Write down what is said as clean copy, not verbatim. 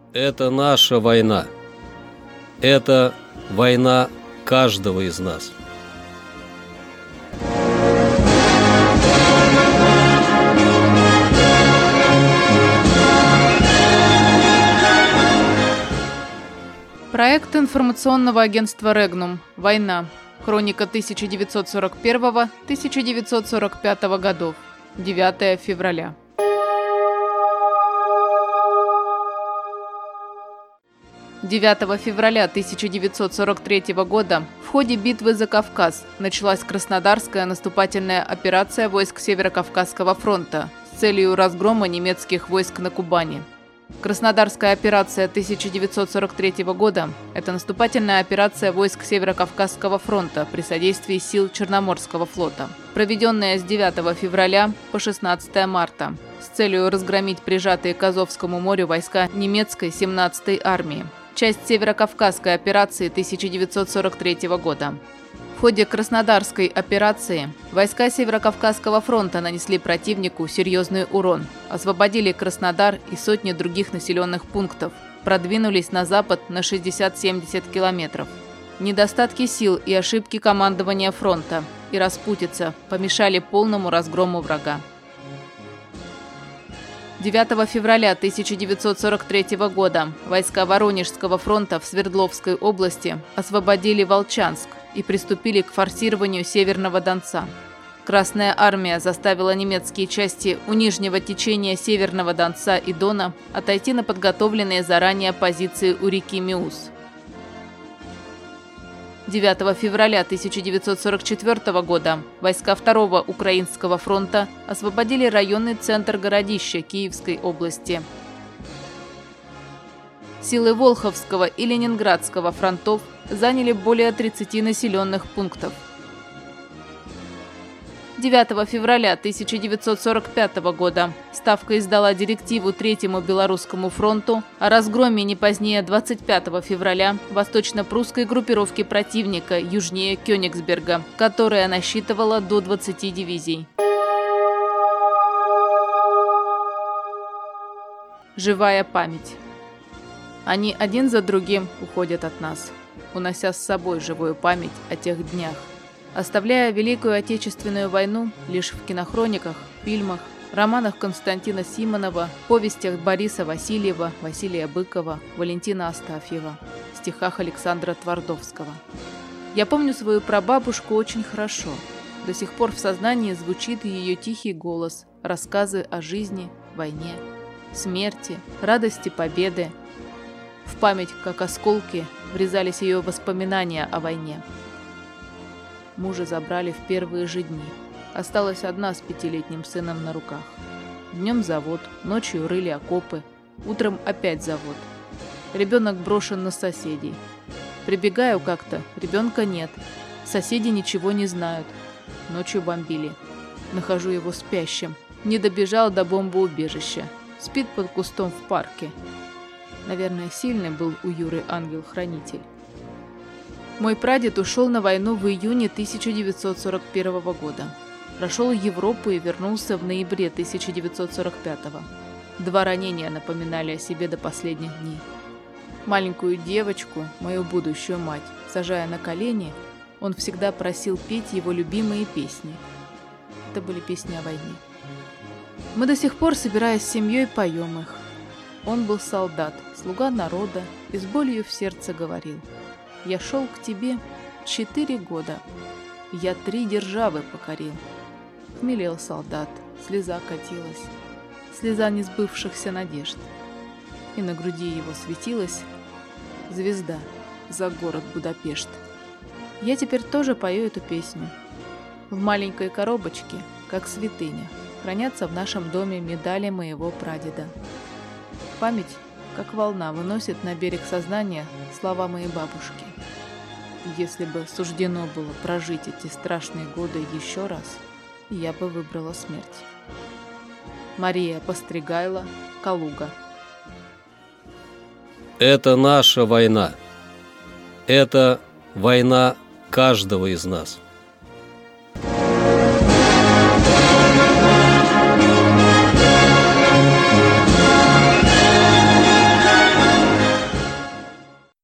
Это наша война. Это война каждого из нас. Проект информационного агентства «Регнум. Война. Хроника 1941-1945 годов. 9 февраля. 9 февраля 1943 года в ходе битвы за Кавказ началась Краснодарская наступательная операция войск Северо-Кавказского фронта с целью разгрома немецких войск на Кубани. Краснодарская операция 1943 года – это наступательная операция войск Северо-Кавказского фронта при содействии сил Черноморского флота, проведенная с 9 февраля по 16 марта с целью разгромить прижатые к Азовскому морю войска немецкой 17-й армии, часть Северо-Кавказской операции 1943 года. В ходе Краснодарской операции войска Северо-Кавказского фронта нанесли противнику серьезный урон, освободили Краснодар и сотни других населенных пунктов, продвинулись на запад на 60-70 километров. Недостатки сил и ошибки командования фронта и распутица помешали полному разгрому врага. 9 февраля 1943 года войска Воронежского фронта в Свердловской области освободили Волчанск и приступили к форсированию Северного Донца. Красная армия заставила немецкие части у нижнего течения Северного Донца и Дона отойти на подготовленные заранее позиции у реки Миус. 9 февраля 1944 года войска Второго Украинского фронта освободили районный центр городища Киевской области. Силы Волховского и Ленинградского фронтов заняли более 30 населенных пунктов. 9 февраля 1945 года Ставка издала директиву Третьему Белорусскому фронту о разгроме не позднее 25 февраля восточно-прусской группировки противника южнее Кёнигсберга, которая насчитывала до 20 дивизий. Живая память. Они один за другим уходят от нас, унося с собой живую память о тех днях, оставляя Великую Отечественную войну лишь в кинохрониках, фильмах, романах Константина Симонова, повестях Бориса Васильева, Василия Быкова, Валентина Астафьева, стихах Александра Твардовского. Я помню свою прабабушку очень хорошо. До сих пор в сознании звучит ее тихий голос, рассказы о жизни, войне, смерти, радости победы. В память, как осколки, врезались ее воспоминания о войне. Мужа забрали в первые же дни. Осталась одна с 5-летним сыном на руках. Днем завод, ночью рыли окопы, утром опять завод. Ребенок брошен на соседей. Прибегаю как-то, ребенка нет. Соседи ничего не знают. Ночью бомбили. Нахожу его спящим. Не добежал до бомбоубежища. Спит под кустом в парке. Наверное, сильный был у Юры ангел-хранитель. Мой прадед ушел на войну в июне 1941 года. Прошел Европу и вернулся в ноябре 1945. 2 ранения напоминали о себе до последних дней. Маленькую девочку, мою будущую мать, сажая на колени, он всегда просил петь его любимые песни. Это были песни о войне. Мы до сих пор, собираясь с семьей, поем их. Он был солдат, слуга народа, и с болью в сердце говорил: «Я шел к тебе 4 года, я 3 державы покорил». Хмелел солдат, слеза катилась, слеза несбывшихся надежд. И на груди его светилась звезда за город Будапешт. Я теперь тоже пою эту песню. В маленькой коробочке, как святыня, хранятся в нашем доме медали моего прадеда. Память, как волна, выносит на берег сознания слова моей бабушки. Если бы суждено было прожить эти страшные годы еще раз, я бы выбрала смерть. Мария Постригайло, Калуга. Это наша война. Это война каждого из нас.